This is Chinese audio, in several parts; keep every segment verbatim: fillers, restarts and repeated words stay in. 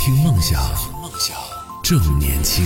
听梦想，正年轻。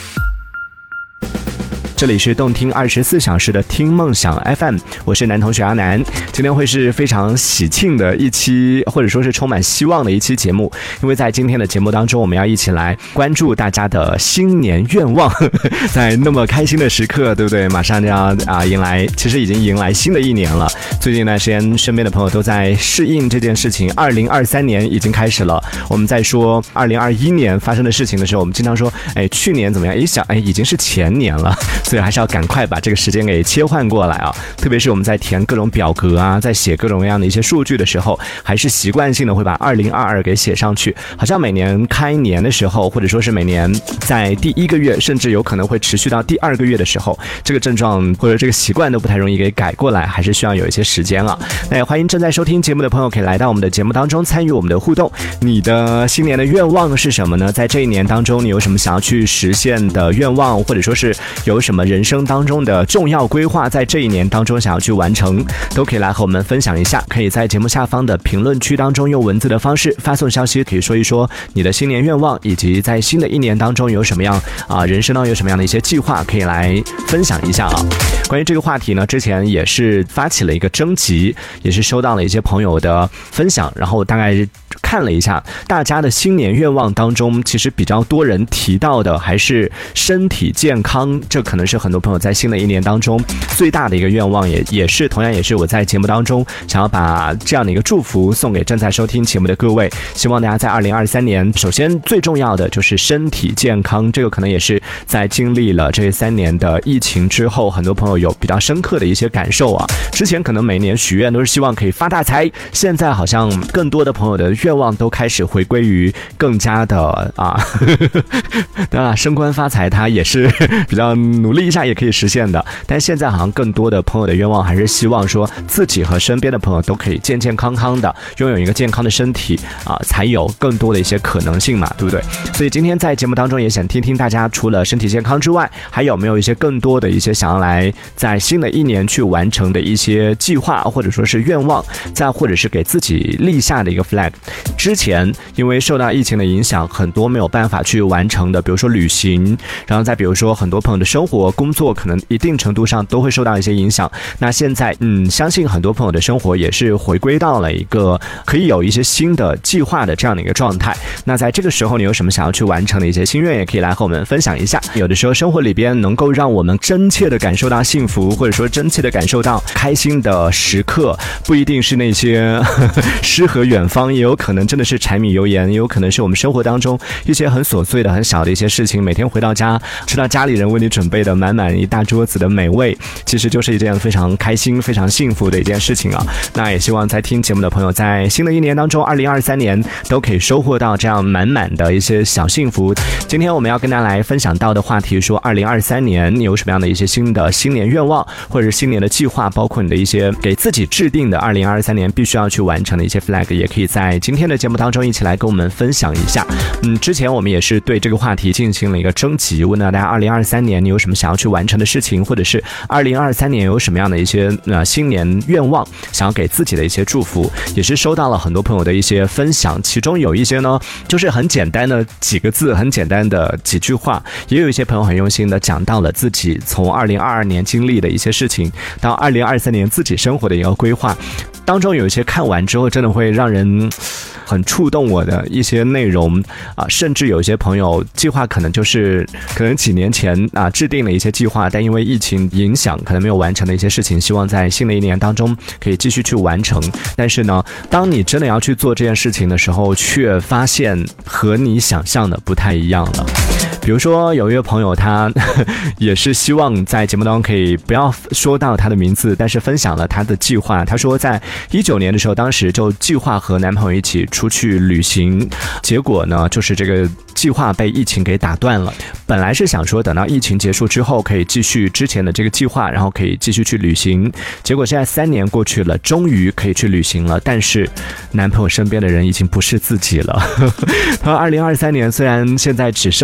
这里是动听二十四小时的听梦想 F M， 我是男同学阿南。今天会是非常喜庆的一期，或者说是充满希望的一期节目，因为在今天的节目当中，我们要一起来关注大家的新年愿望。在那么开心的时刻，对不对？马上就要啊迎来，其实已经迎来新的一年了。最近一段时间，身边的朋友都在适应这件事情。二零二三年已经开始了，我们在说二零二一年发生的事情的时候，我们经常说，哎，去年怎么样？一想，哎，已经是前年了。所以还是要赶快把这个时间给切换过来啊！特别是我们在填各种表格啊，在写各种各样的一些数据的时候，还是习惯性的会把二零二二给写上去。好像每年开年的时候，或者说是每年在第一个月，甚至有可能会持续到第二个月的时候，这个症状或者这个习惯都不太容易给改过来，还是需要有一些时间啊。那也欢迎正在收听节目的朋友可以来到我们的节目当中参与我们的互动。你的新年的愿望是什么呢？在这一年当中，你有什么想要去实现的愿望，或者说是有什么人生当中的重要规划，在这一年当中想要去完成，都可以来和我们分享一下。可以在节目下方的评论区当中用文字的方式发送消息，可以说一说你的新年愿望，以及在新的一年当中有什么样啊，人生当中有什么样的一些计划，可以来分享一下啊。关于这个话题呢，之前也是发起了一个征集，也是收到了一些朋友的分享，然后大概看了一下大家的新年愿望当中，其实比较多人提到的还是身体健康，这可能是很多朋友在新的一年当中最大的一个愿望，也也是同样也是我在节目当中想要把这样的一个祝福送给正在收听节目的各位。希望大家在二零二三年，首先最重要的就是身体健康，这个可能也是在经历了这三年的疫情之后，很多朋友有比较深刻的一些感受啊。之前可能每年许愿都是希望可以发大财，现在好像更多的朋友的愿望都开始回归于更加的啊，当然升官发财它也是比较努力一下也可以实现的，但现在好像更多的朋友的愿望还是希望说自己和身边的朋友都可以健健康康的，拥有一个健康的身体啊，才有更多的一些可能性嘛，对不对？所以今天在节目当中也想听听大家除了身体健康之外，还有没有一些更多的一些想要来在新的一年去完成的一些计划，或者说是愿望，再或者是给自己立下的一个 flag。 之前因为受到疫情的影响，很多没有办法去完成的，比如说旅行，然后再比如说很多朋友的生活工作可能一定程度上都会受到一些影响。那现在嗯，相信很多朋友的生活也是回归到了一个可以有一些新的计划的这样的一个状态。那在这个时候，你有什么想要去完成的一些心愿，也可以来和我们分享一下。有的时候生活里边能够让我们真切的感受到幸福，或者说真切的感受到开心的时刻，不一定是那些呵呵诗和远方，也有可能真的是柴米油盐，也有可能是我们生活当中一些很琐碎的很小的一些事情。每天回到家吃到家里人为你准备的满满一大桌子的美味，其实就是一件非常开心非常幸福的一件事情啊。那也希望在听节目的朋友在新的一年当中，二零二三年都可以收获到这样满满的一些小幸福。今天我们要跟大家来分享到的话题说，二零二三年你有什么样的一些新的新年愿望，或者是新年的计划，包括你的一些给自己制定的二零二三年必须要去完成的一些 flag， 也可以在今天的节目当中一起来跟我们分享一下。嗯，之前我们也是对这个话题进行了一个征集，问到大家二零二三年你有什么想要去完成的事情，或者是二零二三年有什么样的一些呃新年愿望，想要给自己的一些祝福，也是收到了很多朋友的一些分享。其中有一些呢，就是很简单的几个字，很简单的几句话，也有一些朋友很用心的讲到了自己从二零二二年经历的一些事情，到二零二三年自己生活的一个规划。当中有一些看完之后真的会让人很触动我的一些内容啊，甚至有一些朋友计划可能就是可能几年前啊制定了一些计划，但因为疫情影响可能没有完成的一些事情，希望在新的一年当中可以继续去完成。但是呢，当你真的要去做这件事情的时候，却发现和你想象的不太一样了。比如说有一位朋友他也是希望在节目当中可以不要说到他的名字，但是分享了他的计划。他说在一九年的时候，当时就计划和男朋友一起出去旅行，结果呢就是这个计划被疫情给打断了。本来是想说等到疫情结束之后可以继续之前的这个计划，然后可以继续去旅行，结果现在三年过去了，终于可以去旅行了，但是男朋友身边的人已经不是自己了。他说二零二三年虽然现在只剩下自己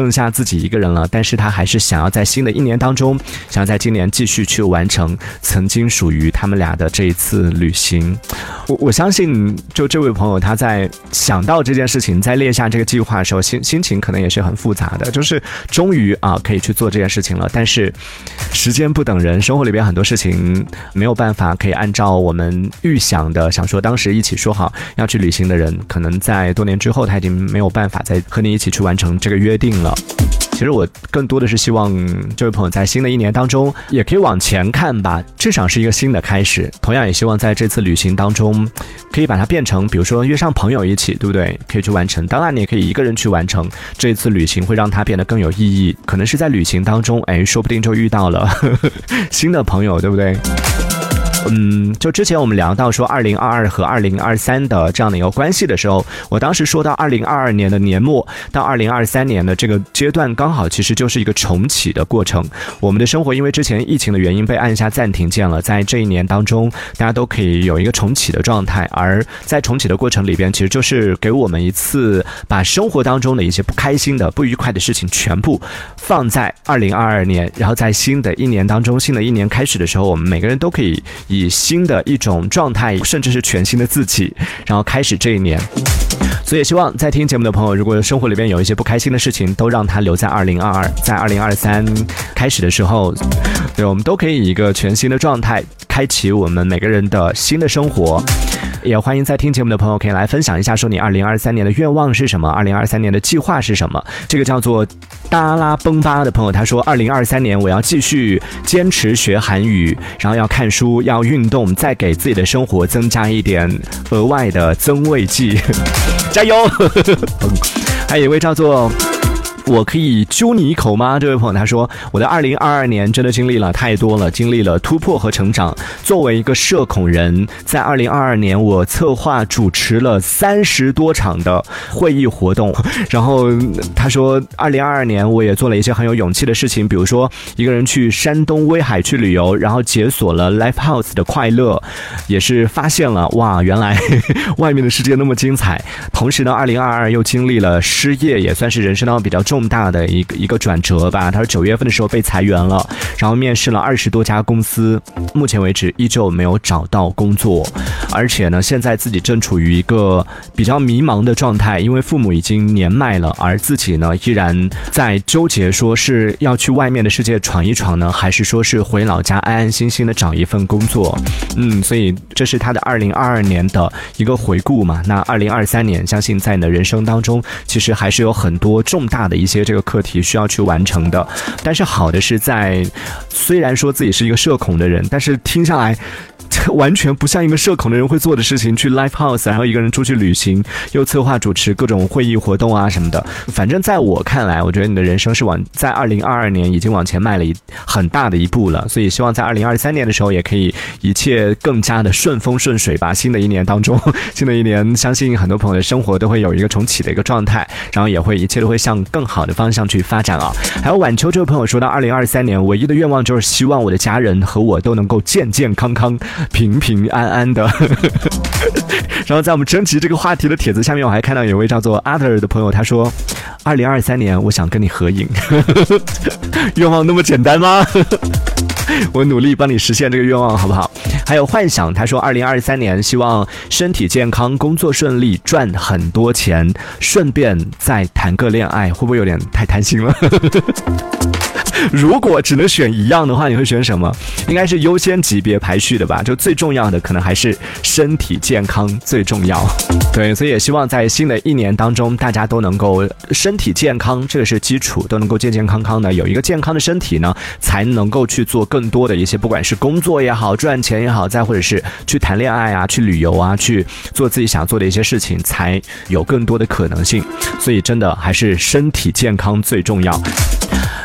己一个人了，但是他还是想要在新的一年当中，想要在今年继续去完成曾经属于他们俩的这一次旅行。我我相信就这位朋友他在想到这件事情，在列下这个计划的时候，心心情可能也是很复杂的，就是终于啊可以去做这件事情了，但是时间不等人，生活里边很多事情没有办法可以按照我们预想的，想说当时一起说好要去旅行的人，可能在多年之后他已经没有办法再和你一起去完成这个约定了。其实我更多的是希望这位朋友在新的一年当中也可以往前看吧，至少是一个新的开始。同样也希望在这次旅行当中可以把它变成，比如说约上朋友一起，对不对？可以去完成。当然你也可以一个人去完成这次旅行，会让它变得更有意义。可能是在旅行当中，哎，说不定就遇到了呵呵新的朋友，对不对？嗯，就之前我们聊到说二零二二和二零二三的这样的一个关系的时候，我当时说到二零二二年的年末到二零二三年的这个阶段，刚好其实就是一个重启的过程。我们的生活因为之前疫情的原因被按下暂停键了，在这一年当中大家都可以有一个重启的状态，而在重启的过程里边，其实就是给我们一次把生活当中的一些不开心的不愉快的事情全部放在二零二二年，然后在新的一年当中，新的一年开始的时候，我们每个人都可以以新的一种状态，甚至是全新的自己，然后开始这一年。所以也希望在听节目的朋友，如果生活里边有一些不开心的事情，都让它留在二零二二，在二零二三开始的时候，对，我们都可以以一个全新的状态开启我们每个人的新的生活。也欢迎在听节目的朋友可以来分享一下，说你二零二三年的愿望是什么，二零二三年的计划是什么。这个叫做达拉崩巴的朋友他说，二零二三年我要继续坚持学韩语，然后要看书，要运动，再给自己的生活增加一点额外的增味剂。加油。还有一位叫做我可以揪你一口吗？这位朋友他说，我的二零二二年真的经历了太多了，经历了突破和成长。作为一个社恐人，在二零二二年我策划主持了三十多场的会议活动。然后他说，二零二二年我也做了一些很有勇气的事情，比如说一个人去山东威海去旅游，然后解锁了 Live House 的快乐，也是发现了哇，原来外面的世界那么精彩。同时呢，二零二二又经历了失业，也算是人生当中比较重大的一个一个转折吧。他说九月份的时候被裁员了，然后面试了二十多家公司，目前为止依旧没有找到工作，而且呢，现在自己正处于一个比较迷茫的状态，因为父母已经年迈了，而自己呢依然在纠结，说是要去外面的世界闯一闯呢，还是说是回老家安安心心的找一份工作。嗯，所以这是他的二零二二年的一个回顾嘛。那二零二三年，相信在你的人生当中，其实还是有很多重大的一些这个课题需要去完成的。但是好的是在，虽然说自己是一个社恐的人，但是听下来完全不像一个社恐的人会做的事情，去 Live House， 然后一个人出去旅行，又策划主持各种会议活动啊什么的。反正在我看来，我觉得你的人生是往在二零二二年已经往前迈了一很大的一步了，所以希望在二零二三年的时候也可以一切更加的顺风顺水吧。新的一年当中，新的一年相信很多朋友的生活都会有一个重启的一个状态，然后也会一切都会向更好的方向去发展啊。还有晚秋这位朋友说到，二零二三年唯一的愿望就是希望我的家人和我都能够健健康康平平安安的。然后在我们征集这个话题的帖子下面，我还看到有位叫做 Other 的朋友，他说二零二三年我想跟你合影。愿望那么简单吗？我努力帮你实现这个愿望好不好？还有幻想，他说二零二三年希望身体健康，工作顺利，赚很多钱，顺便再谈个恋爱。会不会有点太贪心了？如果只能选一样的话，你会选什么？应该是优先级别排序的吧，就最重要的可能还是身体健康最重要。对，所以也希望在新的一年当中，大家都能够身体健康，这个是基础，都能够健健康康的，有一个健康的身体呢，才能够去做更多的一些，不管是工作也好，赚钱也好，再或者是去谈恋爱啊，去旅游啊，去做自己想做的一些事情，才有更多的可能性。所以真的还是身体健康最重要。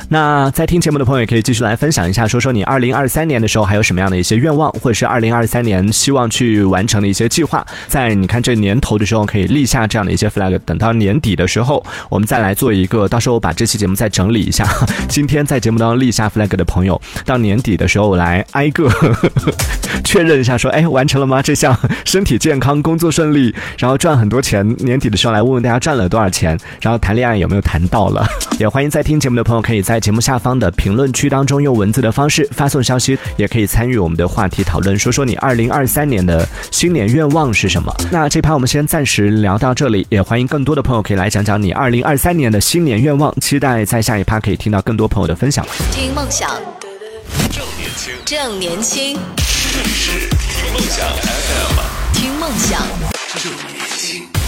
那在听节目的朋友也可以继续来分享一下，说说你二零二三年的时候还有什么样的一些愿望，或者是二零二三年希望去完成的一些计划，在你看这年头的时候可以立下这样的一些 flag， 等到年底的时候我们再来做一个，到时候把这期节目再整理一下，今天在节目当中立下 flag 的朋友，到年底的时候我来挨个呵呵确认一下说，哎，完成了吗？这项身体健康工作顺利，然后赚很多钱，年底的时候来问问大家赚了多少钱，然后谈恋爱有没有谈到了。也欢迎在听节目的朋友可以在节目下方的评论区当中用文字的方式发送消息，也可以参与我们的话题讨论，说说你二零二三年的新年愿望是什么。那这趴我们先暂时聊到这里，也欢迎更多的朋友可以来讲讲你二零二三年的新年愿望，期待在下一趴可以听到更多朋友的分享。 听梦想， 正年轻， 正年轻， 这里是听梦想 F M， 听梦想， 正年轻。